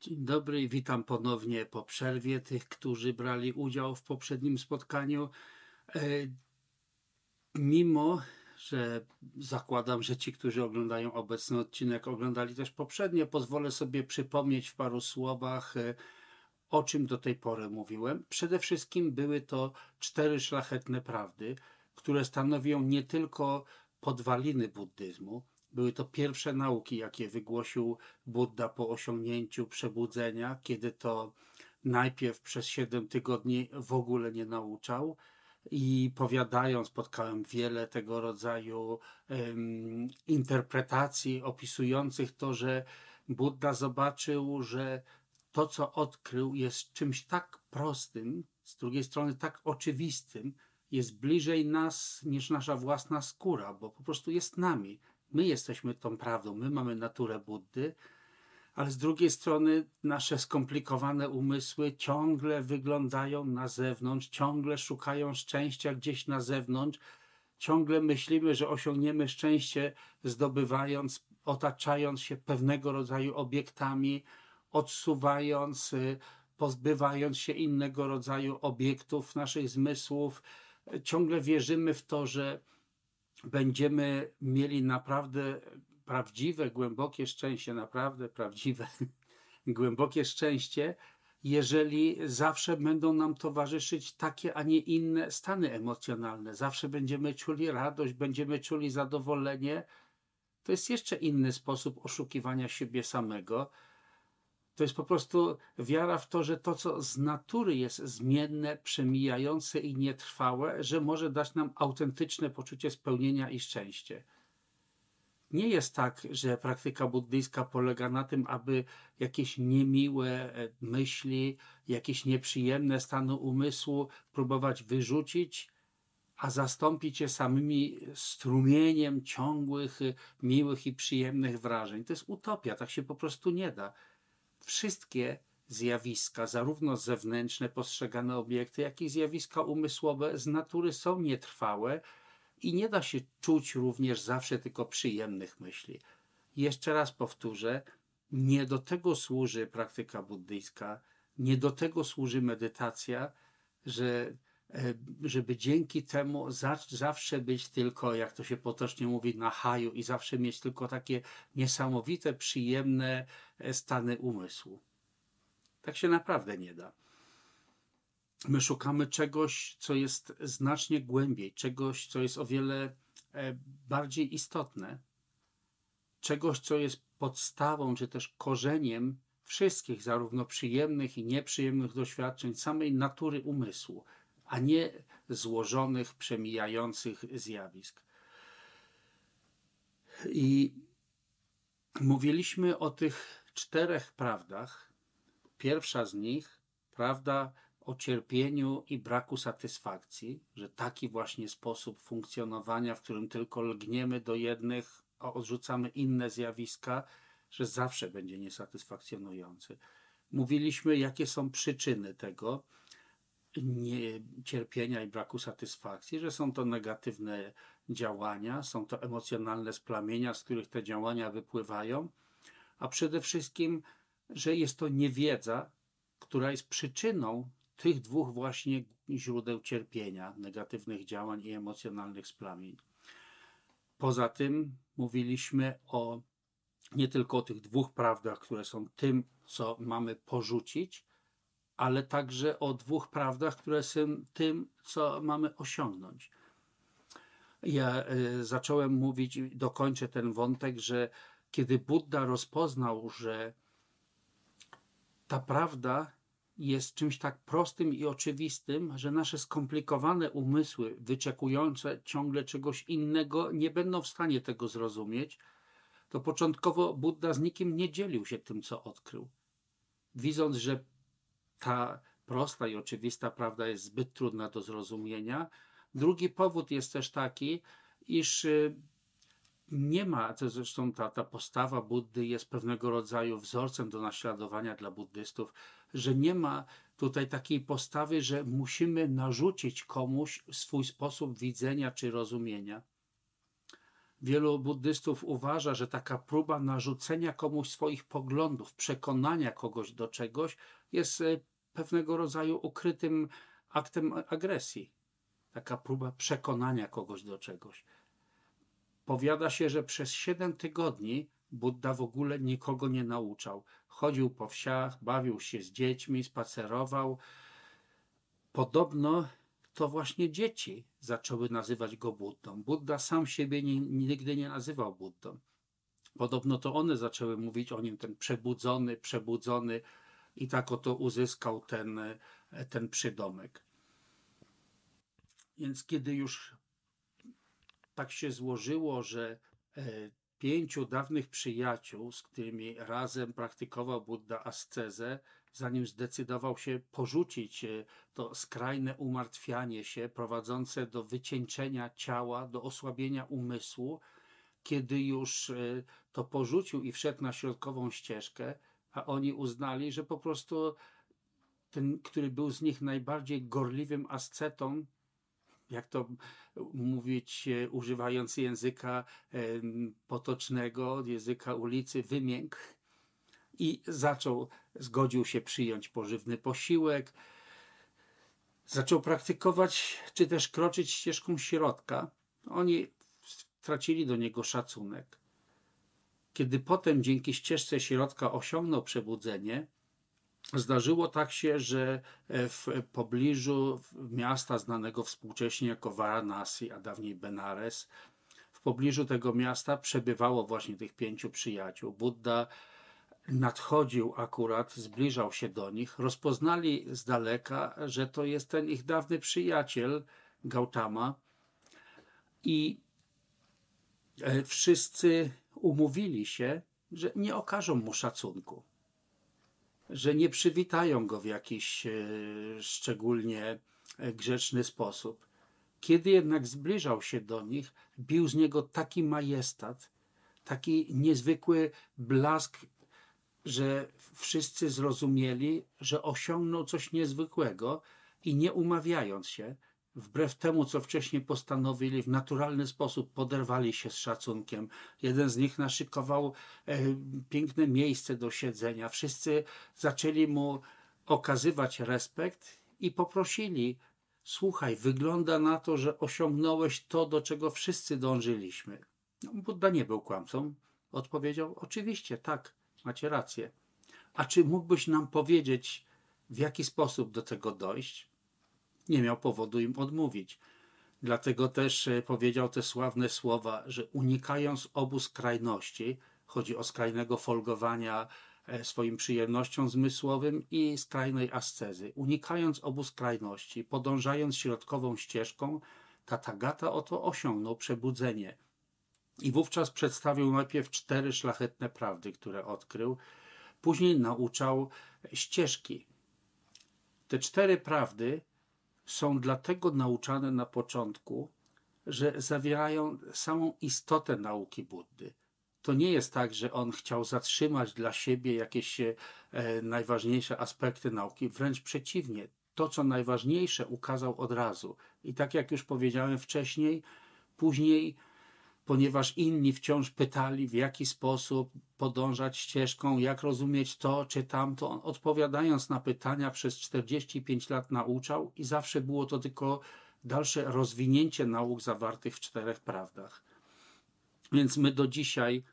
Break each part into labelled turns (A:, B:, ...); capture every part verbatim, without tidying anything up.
A: Dzień dobry, witam ponownie po przerwie tych, którzy brali udział w poprzednim spotkaniu. E, Mimo, że zakładam, że ci, którzy oglądają obecny odcinek, oglądali też poprzednie, pozwolę sobie przypomnieć w paru słowach, e, o czym do tej pory mówiłem. Przede wszystkim były to cztery szlachetne prawdy, które stanowią nie tylko podwaliny buddyzmu. Były to pierwsze nauki, jakie wygłosił Buddha po osiągnięciu przebudzenia, kiedy to najpierw przez siedem tygodni w ogóle nie nauczał. I powiadają, spotkałem wiele tego rodzaju um, interpretacji opisujących to, że Buddha zobaczył, że to, co odkrył, jest czymś tak prostym, z drugiej strony tak oczywistym, jest bliżej nas niż nasza własna skóra, bo po prostu jest nami. My jesteśmy tą prawdą, my mamy naturę Buddy, ale z drugiej strony nasze skomplikowane umysły ciągle wyglądają na zewnątrz, ciągle szukają szczęścia gdzieś na zewnątrz, ciągle myślimy, że osiągniemy szczęście zdobywając, otaczając się pewnego rodzaju obiektami, odsuwając, pozbywając się innego rodzaju obiektów naszych zmysłów. Ciągle wierzymy w to, że będziemy mieli naprawdę prawdziwe, głębokie szczęście, naprawdę prawdziwe, głębokie szczęście, jeżeli zawsze będą nam towarzyszyć takie, a nie inne stany emocjonalne. Zawsze będziemy czuli radość, będziemy czuli zadowolenie. To jest jeszcze inny sposób oszukiwania siebie samego. To jest po prostu wiara w to, że to, co z natury jest zmienne, przemijające i nietrwałe, że może dać nam autentyczne poczucie spełnienia i szczęście. Nie jest tak, że praktyka buddyjska polega na tym, aby jakieś niemiłe myśli, jakieś nieprzyjemne stany umysłu próbować wyrzucić, a zastąpić je samymi strumieniem ciągłych, miłych i przyjemnych wrażeń. To jest utopia, tak się po prostu nie da. Wszystkie zjawiska, zarówno zewnętrzne, postrzegane obiekty, jak i zjawiska umysłowe z natury są nietrwałe i nie da się czuć również zawsze tylko przyjemnych myśli. Jeszcze raz powtórzę, nie do tego służy praktyka buddyjska, nie do tego służy medytacja, że żeby dzięki temu zawsze być tylko, jak to się potocznie mówi, na haju i zawsze mieć tylko takie niesamowite, przyjemne stany umysłu. Tak się naprawdę nie da. My szukamy czegoś, co jest znacznie głębiej, czegoś, co jest o wiele bardziej istotne, czegoś, co jest podstawą, czy też korzeniem wszystkich, zarówno przyjemnych i nieprzyjemnych doświadczeń, samej natury umysłu, a nie złożonych, przemijających zjawisk. I mówiliśmy o tych czterech prawdach. Pierwsza z nich, prawda o cierpieniu i braku satysfakcji, że taki właśnie sposób funkcjonowania, w którym tylko lgniemy do jednych, a odrzucamy inne zjawiska, że zawsze będzie niesatysfakcjonujący. Mówiliśmy, jakie są przyczyny tego nie, cierpienia i braku satysfakcji, że są to negatywne działania, są to emocjonalne splamienia, z których te działania wypływają, a przede wszystkim, że jest to niewiedza, która jest przyczyną tych dwóch właśnie źródeł cierpienia, negatywnych działań i emocjonalnych splamień. Poza tym mówiliśmy o nie tylko o tych dwóch prawdach, które są tym, co mamy porzucić, ale także o dwóch prawdach, które są tym, co mamy osiągnąć. Ja y, zacząłem mówić i dokończę ten wątek, że kiedy Buddha rozpoznał, że ta prawda jest czymś tak prostym i oczywistym, że nasze skomplikowane umysły wyczekujące ciągle czegoś innego nie będą w stanie tego zrozumieć, to początkowo Buddha z nikim nie dzielił się tym, co odkrył. Widząc, że ta prosta i oczywista prawda jest zbyt trudna do zrozumienia. Drugi powód jest też taki, iż nie ma, to zresztą ta, ta postawa Buddy jest pewnego rodzaju wzorcem do naśladowania dla buddystów, że nie ma tutaj takiej postawy, że musimy narzucić komuś swój sposób widzenia czy rozumienia. Wielu buddystów uważa, że taka próba narzucenia komuś swoich poglądów, przekonania kogoś do czegoś jest e, pewnego rodzaju ukrytym aktem agresji. Taka próba przekonania kogoś do czegoś. Powiada się, że przez siedem tygodni Budda w ogóle nikogo nie nauczał. Chodził po wsiach, bawił się z dziećmi, spacerował. Podobno to właśnie dzieci zaczęły nazywać go Buddą. Budda sam siebie nie, nigdy nie nazywał Buddą. Podobno to one zaczęły mówić o nim ten przebudzony, przebudzony i tak oto uzyskał ten, ten przydomek. Więc kiedy już tak się złożyło, że pięciu dawnych przyjaciół, z którymi razem praktykował Budda ascezę, zanim zdecydował się porzucić to skrajne umartwianie się prowadzące do wycieńczenia ciała, do osłabienia umysłu, kiedy już to porzucił i wszedł na środkową ścieżkę, a oni uznali, że po prostu ten, który był z nich najbardziej gorliwym ascetą, jak to mówić, używając języka potocznego, języka ulicy, wymiękł i zaczął, zgodził się przyjąć pożywny posiłek, zaczął praktykować, czy też kroczyć ścieżką środka. Oni stracili do niego szacunek. Kiedy potem dzięki ścieżce środka osiągnął przebudzenie, zdarzyło tak się, że w pobliżu miasta znanego współcześnie jako Varanasi, a dawniej Benares, w pobliżu tego miasta przebywało właśnie tych pięciu przyjaciół. Budda nadchodził akurat, zbliżał się do nich, rozpoznali z daleka, że to jest ten ich dawny przyjaciel Gautama i wszyscy umówili się, że nie okażą mu szacunku, że nie przywitają go w jakiś szczególnie grzeczny sposób. Kiedy jednak zbliżał się do nich, bił z niego taki majestat, taki niezwykły blask, że wszyscy zrozumieli, że osiągnął coś niezwykłego i nie umawiając się, wbrew temu, co wcześniej postanowili, w naturalny sposób poderwali się z szacunkiem. Jeden z nich naszykował e, piękne miejsce do siedzenia. Wszyscy zaczęli mu okazywać respekt i poprosili: słuchaj, wygląda na to, że osiągnąłeś to, do czego wszyscy dążyliśmy. No, Budda nie był kłamcą. Odpowiedział: oczywiście, tak, macie rację. A czy mógłbyś nam powiedzieć, w jaki sposób do tego dojść? Nie miał powodu im odmówić. Dlatego też powiedział te sławne słowa, że unikając obu skrajności, chodzi o skrajnego folgowania swoim przyjemnościom zmysłowym i skrajnej ascezy, unikając obu skrajności, podążając środkową ścieżką, Tathagata oto osiągnął przebudzenie. I wówczas przedstawił najpierw cztery szlachetne prawdy, które odkrył, później nauczał ścieżki. Te cztery prawdy są dlatego nauczane na początku, że zawierają samą istotę nauki Buddy. To nie jest tak, że on chciał zatrzymać dla siebie jakieś e, najważniejsze aspekty nauki. Wręcz przeciwnie, to co najważniejsze ukazał od razu. I tak jak już powiedziałem wcześniej, później, ponieważ inni wciąż pytali, w jaki sposób podążać ścieżką, jak rozumieć to czy tamto, on odpowiadając na pytania przez czterdzieści pięć lat nauczał i zawsze było to tylko dalsze rozwinięcie nauk zawartych w czterech prawdach. Więc my do dzisiaj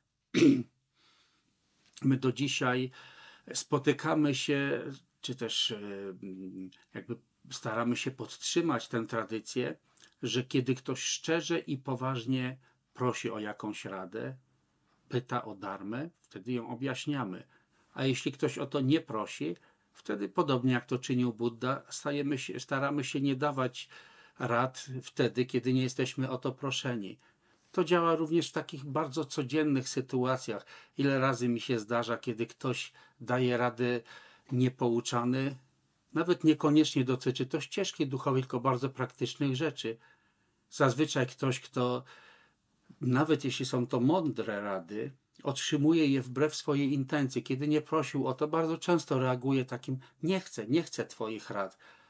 A: my do dzisiaj spotykamy się, czy też jakby staramy się podtrzymać tę tradycję, że kiedy ktoś szczerze i poważnie prosi o jakąś radę, pyta o dharmę, wtedy ją objaśniamy. A jeśli ktoś o to nie prosi, wtedy podobnie jak to czynił Budda, stajemy się, staramy się nie dawać rad wtedy, kiedy nie jesteśmy o to proszeni. To działa również w takich bardzo codziennych sytuacjach. Ile razy mi się zdarza, kiedy ktoś daje radę niepouczany, nawet niekoniecznie dotyczy to ścieżki duchowej, tylko bardzo praktycznych rzeczy. Zazwyczaj ktoś, kto nawet jeśli są to mądre rady, otrzymuje je wbrew swojej intencji. Kiedy nie prosił o to, bardzo często reaguje takim: nie chcę, nie chcę twoich rad.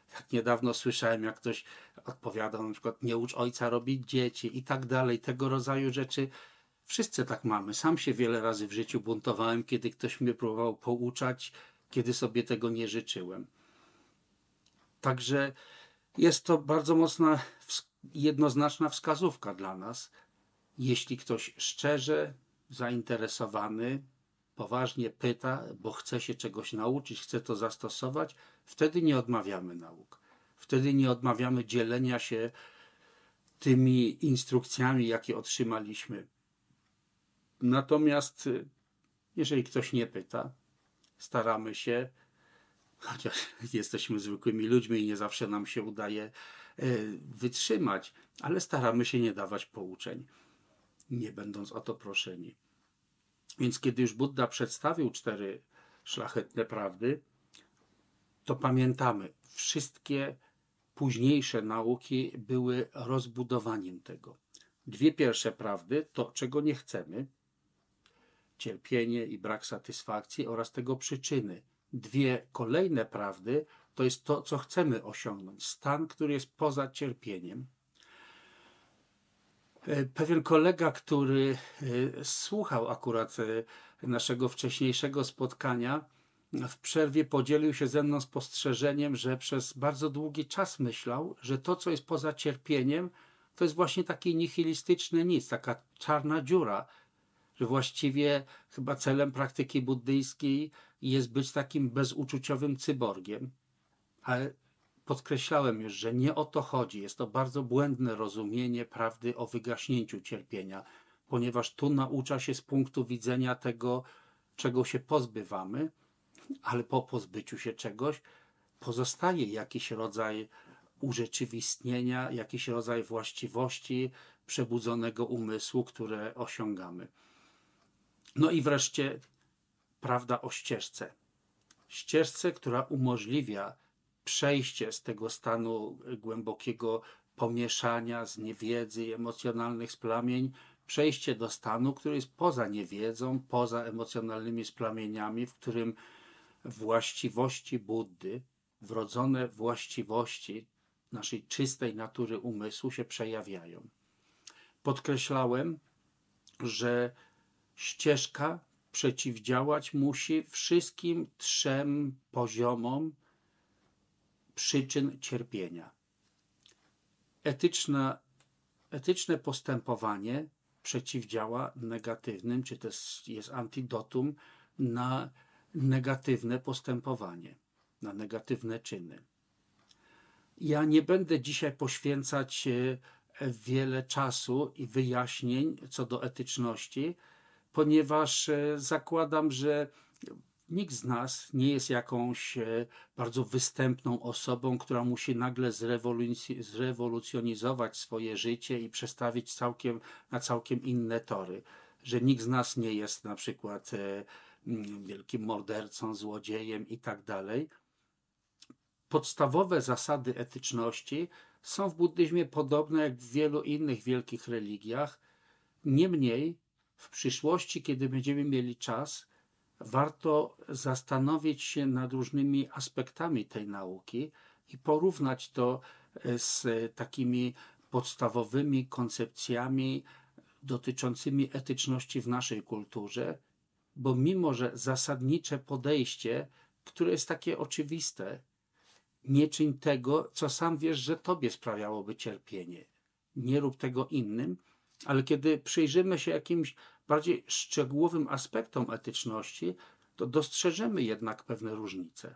A: Jak niedawno słyszałem, jak ktoś odpowiadał na przykład nie ucz ojca robić dzieci i tak dalej, tego rodzaju rzeczy. Wszyscy tak mamy. Sam się wiele razy w życiu buntowałem, kiedy ktoś mnie próbował pouczać, kiedy sobie tego nie życzyłem. Także jest to bardzo mocna, jednoznaczna wskazówka dla nas. Jeśli ktoś szczerze zainteresowany, poważnie pyta, bo chce się czegoś nauczyć, chce to zastosować, wtedy nie odmawiamy nauk. Wtedy nie odmawiamy dzielenia się tymi instrukcjami, jakie otrzymaliśmy. Natomiast jeżeli ktoś nie pyta, staramy się, chociaż jesteśmy zwykłymi ludźmi i nie zawsze nam się udaje wytrzymać, ale staramy się nie dawać pouczeń, nie będąc o to proszeni. Więc kiedy już Buddha przedstawił cztery szlachetne prawdy, to pamiętamy, wszystkie późniejsze nauki były rozbudowaniem tego. Dwie pierwsze prawdy to, czego nie chcemy, cierpienie i brak satysfakcji oraz tego przyczyny. Dwie kolejne prawdy to jest to, co chcemy osiągnąć, stan, który jest poza cierpieniem. Pewien kolega, który słuchał akurat naszego wcześniejszego spotkania, w przerwie podzielił się ze mną spostrzeżeniem, że przez bardzo długi czas myślał, że to, co jest poza cierpieniem, to jest właśnie taki nihilistyczny nic, taka czarna dziura, że właściwie chyba celem praktyki buddyjskiej jest być takim bezuczuciowym cyborgiem. Ale podkreślałem już, że nie o to chodzi. Jest to bardzo błędne rozumienie prawdy o wygaśnięciu cierpienia, ponieważ tu naucza się z punktu widzenia tego, czego się pozbywamy, ale po pozbyciu się czegoś pozostaje jakiś rodzaj urzeczywistnienia, jakiś rodzaj właściwości przebudzonego umysłu, które osiągamy. No i wreszcie prawda o ścieżce. Ścieżce, która umożliwia przejście z tego stanu głębokiego pomieszania, z niewiedzy i emocjonalnych splamień, przejście do stanu, który jest poza niewiedzą, poza emocjonalnymi splamieniami, w którym właściwości Buddy, wrodzone właściwości naszej czystej natury umysłu się przejawiają. Podkreślałem, że ścieżka przeciwdziałać musi wszystkim trzem poziomom przyczyn cierpienia. Etyczna, etyczne postępowanie przeciwdziała negatywnym, czy też jest antidotum na negatywne postępowanie, na negatywne czyny. Ja nie będę dzisiaj poświęcać wiele czasu i wyjaśnień co do etyczności, ponieważ zakładam, że nikt z nas nie jest jakąś bardzo występną osobą, która musi nagle zrewolucjonizować swoje życie i przestawić całkiem, na całkiem inne tory. Że nikt z nas nie jest na przykład wielkim mordercą, złodziejem i tak dalej. Podstawowe zasady etyczności są w buddyzmie podobne jak w wielu innych wielkich religiach. Niemniej w przyszłości, kiedy będziemy mieli czas, warto zastanowić się nad różnymi aspektami tej nauki i porównać to z takimi podstawowymi koncepcjami dotyczącymi etyczności w naszej kulturze, bo mimo że zasadnicze podejście, które jest takie oczywiste, nie czyń tego, co sam wiesz, że tobie sprawiałoby cierpienie. Nie rób tego innym, ale kiedy przyjrzymy się jakimś bardziej szczegółowym aspektom etyczności, to dostrzeżemy jednak pewne różnice.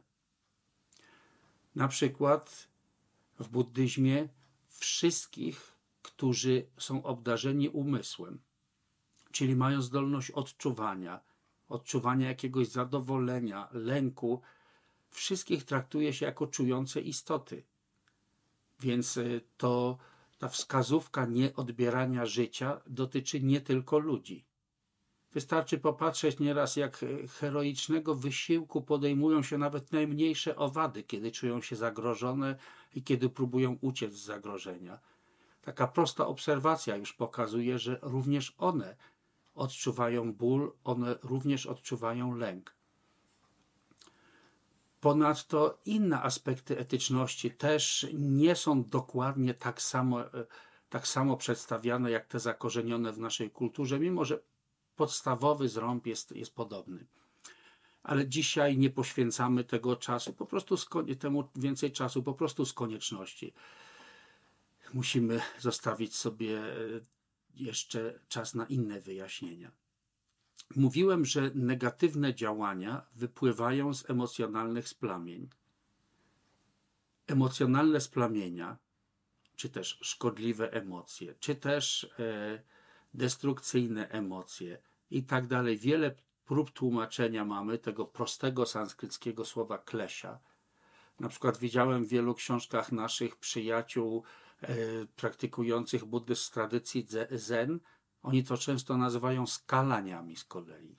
A: Na przykład w buddyzmie wszystkich, którzy są obdarzeni umysłem, czyli mają zdolność odczuwania, odczuwania jakiegoś zadowolenia, lęku, wszystkich traktuje się jako czujące istoty. Więc to ta wskazówka nieodbierania życia dotyczy nie tylko ludzi. Wystarczy popatrzeć nieraz, jak heroicznego wysiłku podejmują się nawet najmniejsze owady, kiedy czują się zagrożone i kiedy próbują uciec z zagrożenia. Taka prosta obserwacja już pokazuje, że również one odczuwają ból, one również odczuwają lęk. Ponadto inne aspekty etyczności też nie są dokładnie tak samo, tak samo przedstawiane jak te zakorzenione w naszej kulturze, mimo że podstawowy zrąb jest, jest podobny. Ale dzisiaj nie poświęcamy tego czasu, po prostu z, temu więcej czasu, po prostu z konieczności. Musimy zostawić sobie jeszcze czas na inne wyjaśnienia. Mówiłem, że negatywne działania wypływają z emocjonalnych splamień. Emocjonalne splamienia, czy też szkodliwe emocje, czy też e, destrukcyjne emocje i tak dalej. Wiele prób tłumaczenia mamy tego prostego sanskryckiego słowa klesia. Na przykład widziałem w wielu książkach naszych przyjaciół e, praktykujących buddyzm z tradycji zen. Oni to często nazywają skalaniami z kolei.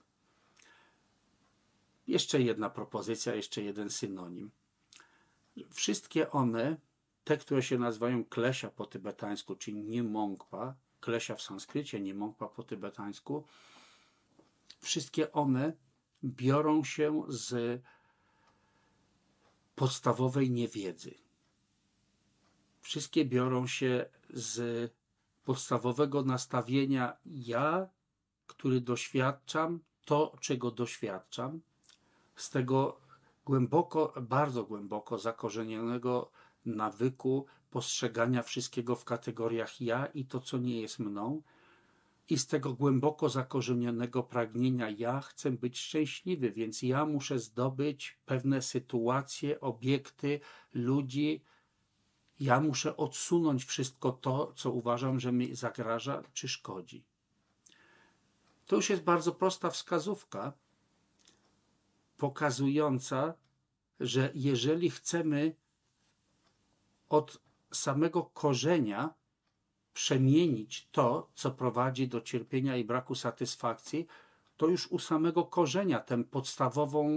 A: Jeszcze jedna propozycja, jeszcze jeden synonim. Wszystkie one, te, które się nazywają klesia po tybetańsku, czyli nimongpa, klesia w sanskrycie, nimongpa po tybetańsku, wszystkie one biorą się z podstawowej niewiedzy. Wszystkie biorą się z podstawowego nastawienia ja, który doświadczam, to, czego doświadczam, z tego głęboko, bardzo głęboko zakorzenionego nawyku postrzegania wszystkiego w kategoriach ja i to, co nie jest mną, i z tego głęboko zakorzenionego pragnienia ja chcę być szczęśliwy, więc ja muszę zdobyć pewne sytuacje, obiekty, ludzi, ja muszę odsunąć wszystko to, co uważam, że mi zagraża czy szkodzi. To już jest bardzo prosta wskazówka, pokazująca, że jeżeli chcemy od samego korzenia przemienić to, co prowadzi do cierpienia i braku satysfakcji, to już u samego korzenia tę podstawową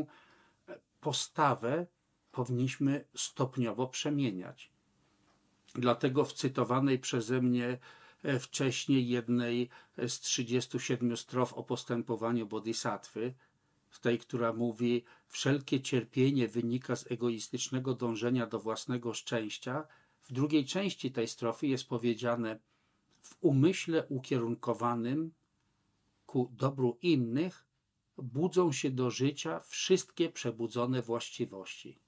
A: postawę powinniśmy stopniowo przemieniać. Dlatego w cytowanej przeze mnie wcześniej jednej z trzydziestu siedmiu strof o postępowaniu bodhisattwy, w tej, która mówi, wszelkie cierpienie wynika z egoistycznego dążenia do własnego szczęścia, w drugiej części tej strofy jest powiedziane, w umyśle ukierunkowanym ku dobru innych budzą się do życia wszystkie przebudzone właściwości.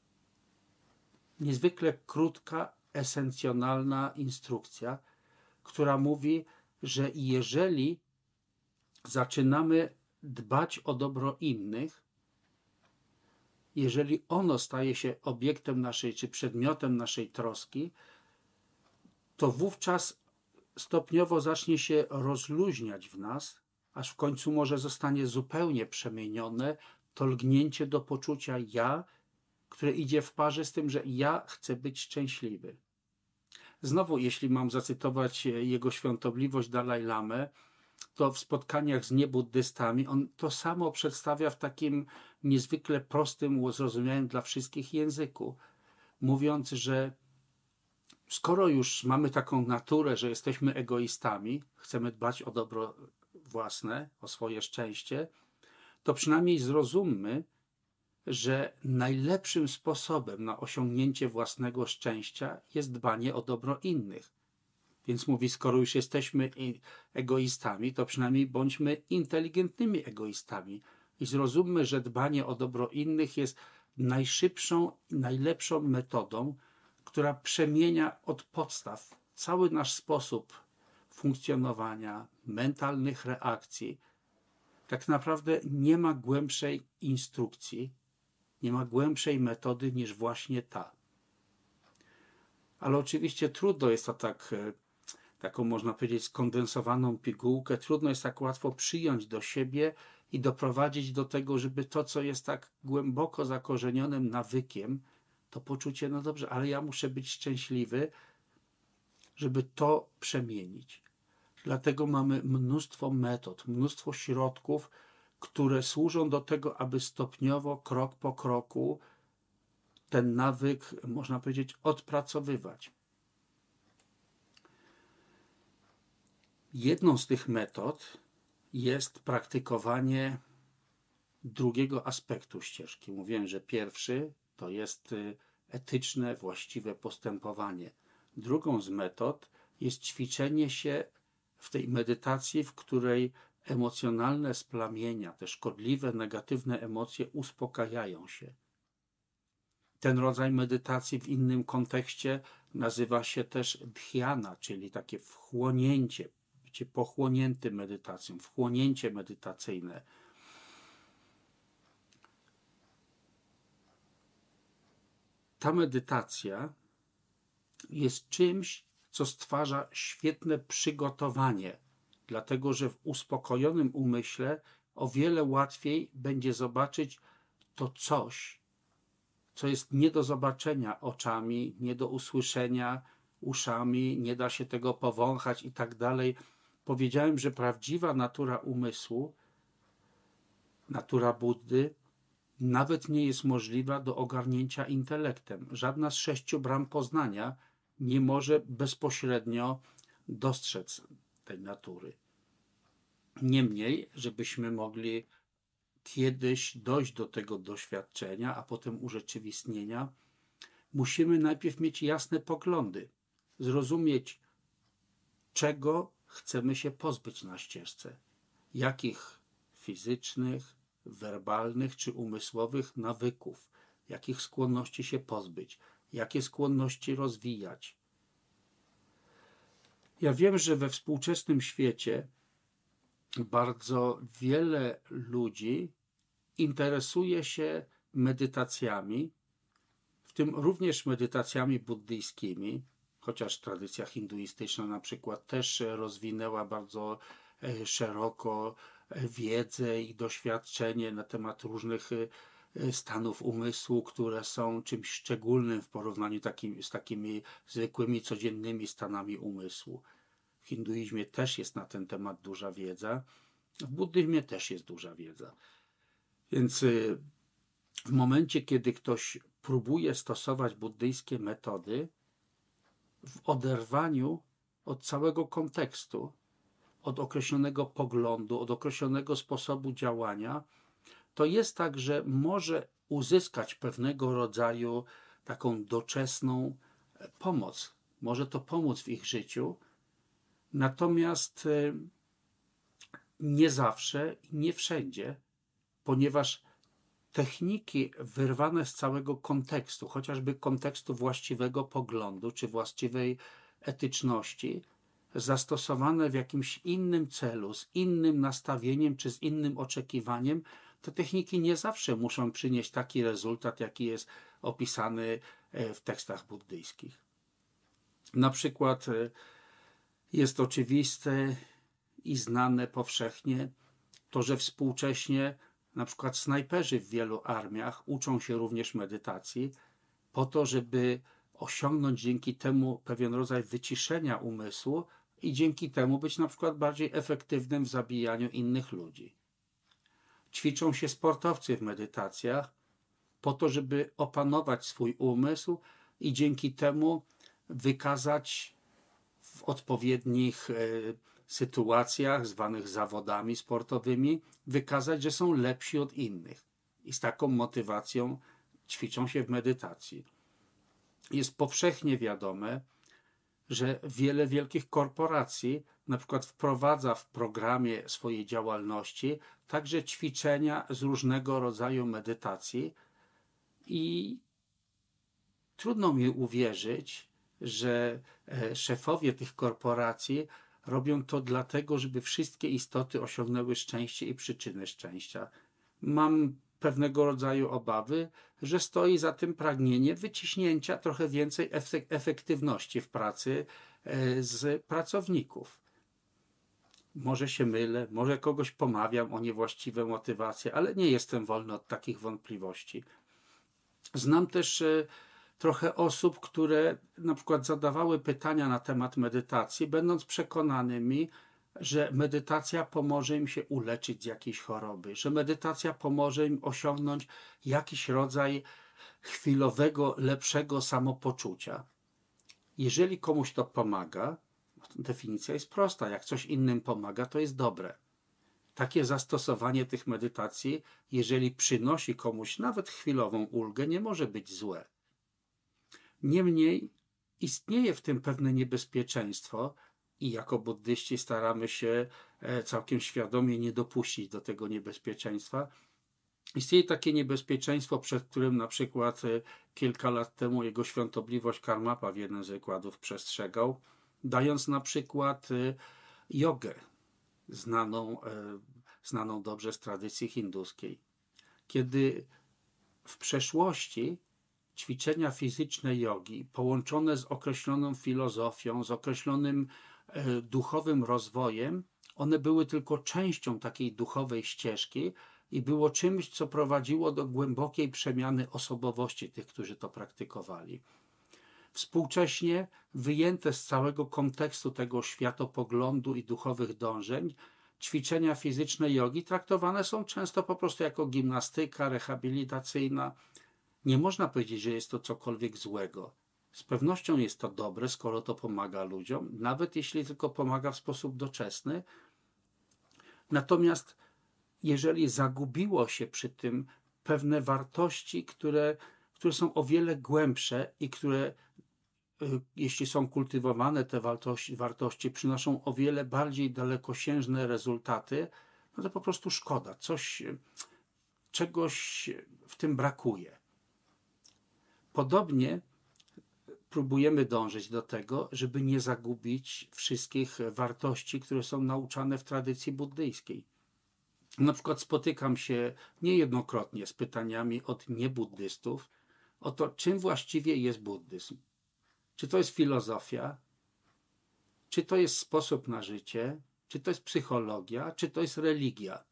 A: Niezwykle krótka, esencjonalna instrukcja, która mówi, że jeżeli zaczynamy dbać o dobro innych, jeżeli ono staje się obiektem naszej, czy przedmiotem naszej troski, to wówczas stopniowo zacznie się rozluźniać w nas, aż w końcu może zostanie zupełnie przemienione to lgnięcie do poczucia ja, które idzie w parze z tym, że ja chcę być szczęśliwy. Znowu, jeśli mam zacytować jego świątobliwość Dalaj Lamę, to w spotkaniach z niebuddystami on to samo przedstawia w takim niezwykle prostym, zrozumiałym dla wszystkich języku, mówiąc, że skoro już mamy taką naturę, że jesteśmy egoistami, chcemy dbać o dobro własne, o swoje szczęście, to przynajmniej zrozummy, że najlepszym sposobem na osiągnięcie własnego szczęścia jest dbanie o dobro innych. Więc mówi, skoro już jesteśmy egoistami, to przynajmniej bądźmy inteligentnymi egoistami i zrozummy, że dbanie o dobro innych jest najszybszą i najlepszą metodą, która przemienia od podstaw cały nasz sposób funkcjonowania, mentalnych reakcji. Tak naprawdę nie ma głębszej instrukcji, nie ma głębszej metody niż właśnie ta. Ale oczywiście trudno jest to tak, taką można powiedzieć skondensowaną pigułkę, trudno jest tak łatwo przyjąć do siebie i doprowadzić do tego, żeby to, co jest tak głęboko zakorzenionym nawykiem, to poczucie, no dobrze, ale ja muszę być szczęśliwy, żeby to przemienić. Dlatego mamy mnóstwo metod, mnóstwo środków, które służą do tego, aby stopniowo, krok po kroku ten nawyk, można powiedzieć, odpracowywać. Jedną z tych metod jest praktykowanie drugiego aspektu ścieżki. Mówiłem, że pierwszy to jest etyczne, właściwe postępowanie. Drugą z metod jest ćwiczenie się w tej medytacji, w której emocjonalne splamienia, te szkodliwe, negatywne emocje uspokajają się. Ten rodzaj medytacji w innym kontekście nazywa się też dhyana, czyli takie wchłonięcie, bycie pochłonięty medytacją, wchłonięcie medytacyjne. Ta medytacja jest czymś, co stwarza świetne przygotowanie, dlatego że w uspokojonym umyśle o wiele łatwiej będzie zobaczyć to coś, co jest nie do zobaczenia oczami, nie do usłyszenia uszami, nie da się tego powąchać i tak dalej. Powiedziałem, że prawdziwa natura umysłu, natura Buddy, nawet nie jest możliwa do ogarnięcia intelektem. Żadna z sześciu bram poznania nie może bezpośrednio dostrzec tej natury. Niemniej, żebyśmy mogli kiedyś dojść do tego doświadczenia, a potem urzeczywistnienia, musimy najpierw mieć jasne poglądy, zrozumieć, czego chcemy się pozbyć na ścieżce, jakich fizycznych, werbalnych czy umysłowych nawyków, jakich skłonności się pozbyć, jakie skłonności rozwijać. Ja wiem, że we współczesnym świecie bardzo wiele ludzi interesuje się medytacjami, w tym również medytacjami buddyjskimi, chociaż tradycja hinduistyczna na przykład też rozwinęła bardzo szeroko wiedzę i doświadczenie na temat różnych stanów umysłu, które są czymś szczególnym w porównaniu takim, z takimi zwykłymi, codziennymi stanami umysłu. W hinduizmie też jest na ten temat duża wiedza, w buddyzmie też jest duża wiedza. Więc w momencie, kiedy ktoś próbuje stosować buddyjskie metody, w oderwaniu od całego kontekstu, od określonego poglądu, od określonego sposobu działania, to jest tak, że może uzyskać pewnego rodzaju taką doczesną pomoc. Może to pomóc w ich życiu, natomiast nie zawsze i nie wszędzie, ponieważ techniki wyrwane z całego kontekstu, chociażby kontekstu właściwego poglądu czy właściwej etyczności, zastosowane w jakimś innym celu, z innym nastawieniem czy z innym oczekiwaniem, te techniki nie zawsze muszą przynieść taki rezultat, jaki jest opisany w tekstach buddyjskich. Na przykład jest oczywiste i znane powszechnie to, że współcześnie na przykład snajperzy w wielu armiach uczą się również medytacji po to, żeby osiągnąć dzięki temu pewien rodzaj wyciszenia umysłu i dzięki temu być na przykład bardziej efektywnym w zabijaniu innych ludzi. Ćwiczą się sportowcy w medytacjach po to, żeby opanować swój umysł i dzięki temu wykazać w odpowiednich sytuacjach, zwanych zawodami sportowymi, wykazać, że są lepsi od innych. I z taką motywacją ćwiczą się w medytacji. Jest powszechnie wiadome, że wiele wielkich korporacji na przykład wprowadza w programie swojej działalności także ćwiczenia z różnego rodzaju medytacji i trudno mi uwierzyć, że szefowie tych korporacji robią to dlatego, żeby wszystkie istoty osiągnęły szczęście i przyczyny szczęścia. Mam pewnego rodzaju obawy, że stoi za tym pragnienie wyciśnięcia trochę więcej efektywności w pracy z pracowników. Może się mylę, może kogoś pomawiam o niewłaściwe motywacje, ale nie jestem wolny od takich wątpliwości. Znam też trochę osób, które na przykład zadawały pytania na temat medytacji, będąc przekonanymi, że medytacja pomoże im się uleczyć z jakiejś choroby, że medytacja pomoże im osiągnąć jakiś rodzaj chwilowego, lepszego samopoczucia. Jeżeli komuś to pomaga, definicja jest prosta, jak coś innym pomaga, to jest dobre. takie zastosowanie tych medytacji, jeżeli przynosi komuś nawet chwilową ulgę, nie może być złe. Niemniej istnieje w tym pewne niebezpieczeństwo i jako buddyści staramy się całkiem świadomie nie dopuścić do tego niebezpieczeństwa. Istnieje takie niebezpieczeństwo, przed którym na przykład kilka lat temu jego świątobliwość Karmapa w jednym z wykładów przestrzegał, dając na przykład jogę, znaną, znaną dobrze z tradycji hinduskiej. Kiedy w przeszłości ćwiczenia fizyczne jogi połączone z określoną filozofią, z określonym duchowym rozwojem, one były tylko częścią takiej duchowej ścieżki i było czymś, co prowadziło do głębokiej przemiany osobowości tych, którzy to praktykowali. Współcześnie, wyjęte z całego kontekstu tego światopoglądu i duchowych dążeń, ćwiczenia fizyczne jogi traktowane są często po prostu jako gimnastyka rehabilitacyjna. Nie można powiedzieć, że jest to cokolwiek złego. Z pewnością jest to dobre, skoro to pomaga ludziom, nawet jeśli tylko pomaga w sposób doczesny. Natomiast jeżeli zagubiło się przy tym pewne wartości, które, które są o wiele głębsze i które, jeśli są kultywowane, te wartości, wartości przynoszą o wiele bardziej dalekosiężne rezultaty, no to po prostu szkoda. Coś, czegoś w tym brakuje. Podobnie próbujemy dążyć do tego, żeby nie zagubić wszystkich wartości, które są nauczane w tradycji buddyjskiej. Na przykład spotykam się niejednokrotnie z pytaniami od niebuddystów o to, czym właściwie jest buddyzm. Czy to jest filozofia? Czy to jest sposób na życie? Czy to jest psychologia? Czy to jest religia?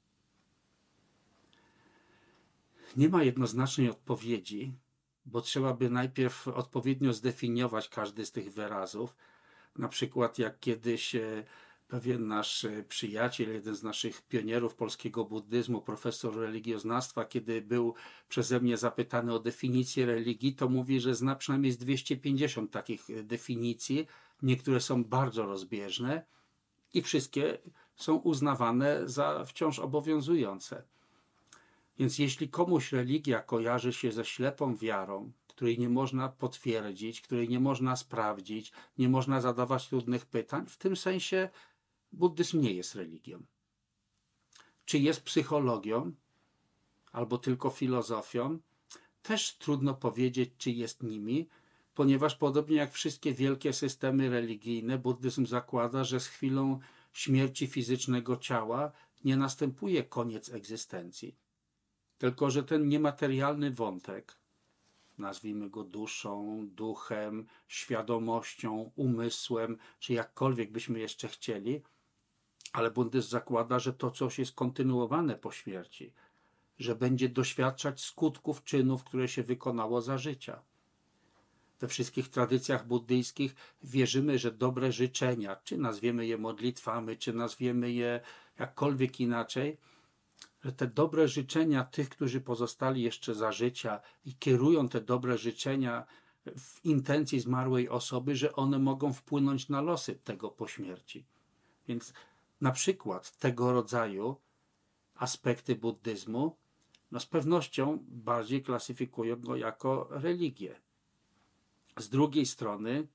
A: Nie ma jednoznacznej odpowiedzi, bo trzeba by najpierw odpowiednio zdefiniować każdy z tych wyrazów. Na przykład jak kiedyś pewien nasz przyjaciel, jeden z naszych pionierów polskiego buddyzmu, profesor religioznawstwa, kiedy był przeze mnie zapytany o definicję religii, to mówi, że zna przynajmniej z dwieście pięćdziesiąt takich definicji. Niektóre są bardzo rozbieżne i wszystkie są uznawane za wciąż obowiązujące. Więc jeśli komuś religia kojarzy się ze ślepą wiarą, której nie można potwierdzić, której nie można sprawdzić, nie można zadawać trudnych pytań, w tym sensie buddyzm nie jest religią. Czy jest psychologią, albo tylko filozofią? Też trudno powiedzieć, czy jest nimi, ponieważ podobnie jak wszystkie wielkie systemy religijne, buddyzm zakłada, że z chwilą śmierci fizycznego ciała nie następuje koniec egzystencji. Tylko że ten niematerialny wątek, nazwijmy go duszą, duchem, świadomością, umysłem, czy jakkolwiek byśmy jeszcze chcieli, ale buddyzm zakłada, że to coś jest kontynuowane po śmierci, że będzie doświadczać skutków czynów, które się wykonało za życia. We wszystkich tradycjach buddyjskich wierzymy, że dobre życzenia, czy nazwiemy je modlitwami, czy nazwiemy je jakkolwiek inaczej, że te dobre życzenia tych, którzy pozostali jeszcze za życia i kierują te dobre życzenia w intencji zmarłej osoby, że one mogą wpłynąć na losy tego po śmierci. Więc na przykład tego rodzaju aspekty buddyzmu no z pewnością bardziej klasyfikują go jako religię. Z drugiej strony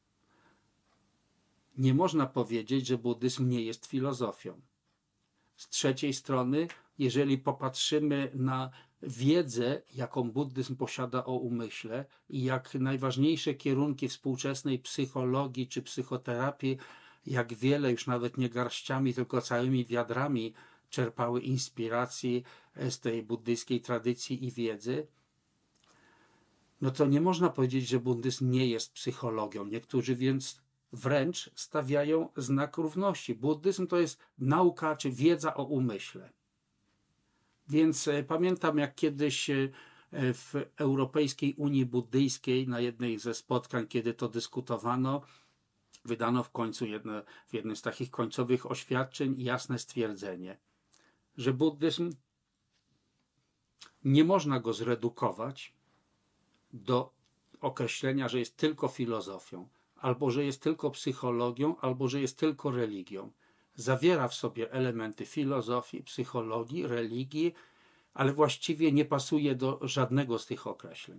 A: nie można powiedzieć, że buddyzm nie jest filozofią. Z trzeciej strony, jeżeli popatrzymy na wiedzę, jaką buddyzm posiada o umyśle i jak najważniejsze kierunki współczesnej psychologii czy psychoterapii, jak wiele już nawet nie garściami, tylko całymi wiadrami czerpały inspiracji z tej buddyjskiej tradycji i wiedzy, no to nie można powiedzieć, że buddyzm nie jest psychologią. Niektórzy więc wręcz stawiają znak równości. Buddyzm to jest nauka czy wiedza o umyśle. Więc pamiętam, jak kiedyś w Europejskiej Unii Buddyjskiej na jednej ze spotkań, kiedy to dyskutowano, wydano w końcu jedno, w jednym z takich końcowych oświadczeń jasne stwierdzenie, że buddyzm nie można go zredukować do określenia, że jest tylko filozofią, albo że jest tylko psychologią, albo że jest tylko religią. zawiera w sobie elementy filozofii, psychologii, religii, ale właściwie nie pasuje do żadnego z tych określeń.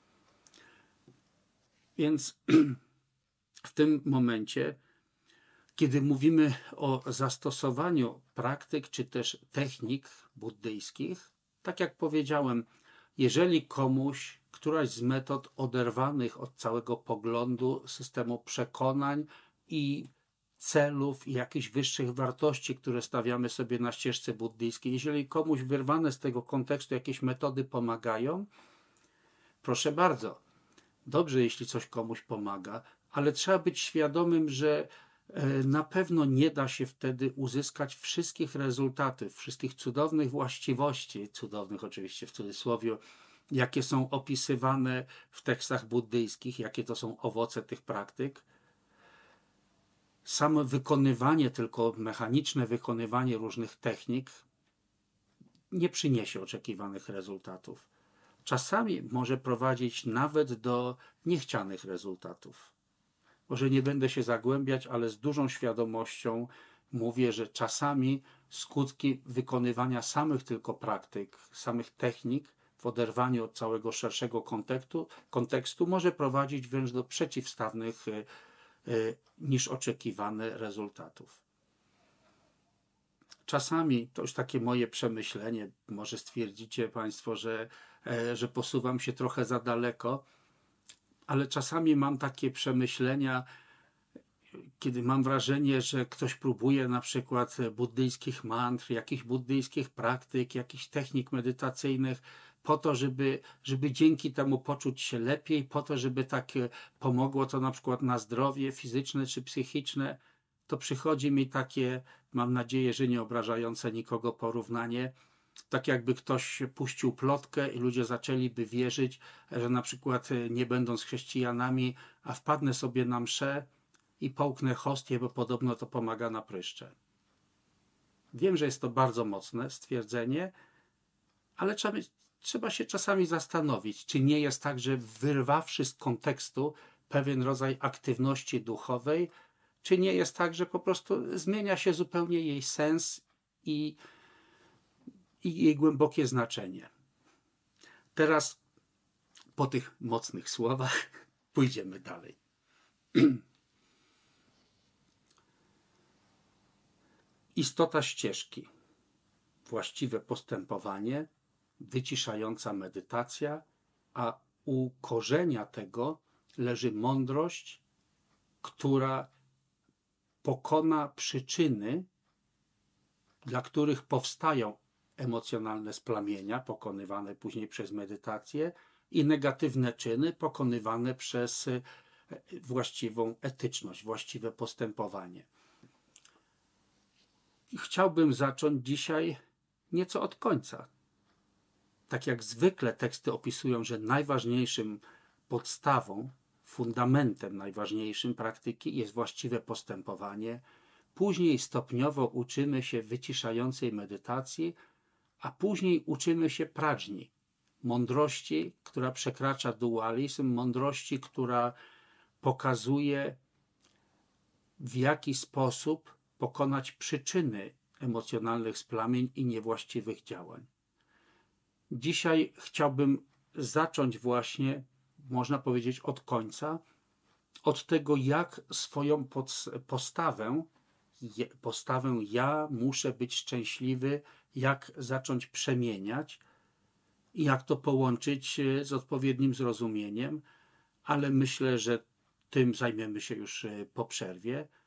A: Więc w tym momencie, kiedy mówimy o zastosowaniu praktyk czy też technik buddyjskich, tak jak powiedziałem, jeżeli komuś któraś z metod oderwanych od całego poglądu, systemu przekonań i celów i jakichś wyższych wartości, które stawiamy sobie na ścieżce buddyjskiej, jeżeli komuś wyrwane z tego kontekstu jakieś metody pomagają, proszę bardzo, dobrze, jeśli coś komuś pomaga, ale trzeba być świadomym, że na pewno nie da się wtedy uzyskać wszystkich rezultatów, wszystkich cudownych właściwości, cudownych oczywiście w cudzysłowie, jakie są opisywane w tekstach buddyjskich, jakie to są owoce tych praktyk. Samo wykonywanie, tylko mechaniczne wykonywanie różnych technik nie przyniesie oczekiwanych rezultatów. Czasami może prowadzić nawet do niechcianych rezultatów. Może nie będę się zagłębiać, ale z dużą świadomością mówię, że czasami skutki wykonywania samych tylko praktyk, samych technik w oderwaniu od całego szerszego kontekstu, kontekstu może prowadzić wręcz do przeciwstawnych y, y, niż oczekiwane rezultatów. Czasami, to już takie moje przemyślenie, może stwierdzicie Państwo, że, e, że posuwam się trochę za daleko, ale czasami mam takie przemyślenia, kiedy mam wrażenie, że ktoś próbuje na przykład buddyjskich mantr, jakichś buddyjskich praktyk, jakichś technik medytacyjnych, po to, żeby, żeby dzięki temu poczuć się lepiej, po to, żeby tak pomogło to na przykład na zdrowie fizyczne czy psychiczne, to przychodzi mi takie, mam nadzieję, że nie obrażające nikogo porównanie, tak jakby ktoś puścił plotkę i ludzie zaczęliby wierzyć, że na przykład nie będąc chrześcijanami, a wpadnę sobie na mszę i połknę hostię, bo podobno to pomaga na pryszcze. Wiem, że jest to bardzo mocne stwierdzenie, ale trzeba, trzeba się czasami zastanowić, czy nie jest tak, że wyrwawszy z kontekstu pewien rodzaj aktywności duchowej, czy nie jest tak, że po prostu zmienia się zupełnie jej sens i i jej głębokie znaczenie. Teraz po tych mocnych słowach pójdziemy dalej. Istota ścieżki. Właściwe postępowanie, wyciszająca medytacja, a u korzenia tego leży mądrość, która pokona przyczyny, dla których powstają emocjonalne splamienia pokonywane później przez medytację i negatywne czyny pokonywane przez właściwą etyczność, właściwe postępowanie. I chciałbym zacząć dzisiaj nieco od końca. Tak jak zwykle teksty opisują, że najważniejszym podstawą, fundamentem najważniejszym praktyki jest właściwe postępowanie. Później stopniowo uczymy się wyciszającej medytacji, a później uczymy się pradżni, mądrości, która przekracza dualizm, mądrości, która pokazuje, w jaki sposób pokonać przyczyny emocjonalnych splamień i niewłaściwych działań. Dzisiaj chciałbym zacząć właśnie, można powiedzieć, od końca, od tego, jak swoją postawę, postawę ja muszę być szczęśliwy, jak zacząć przemieniać i jak to połączyć z odpowiednim zrozumieniem, ale myślę, że tym zajmiemy się już po przerwie.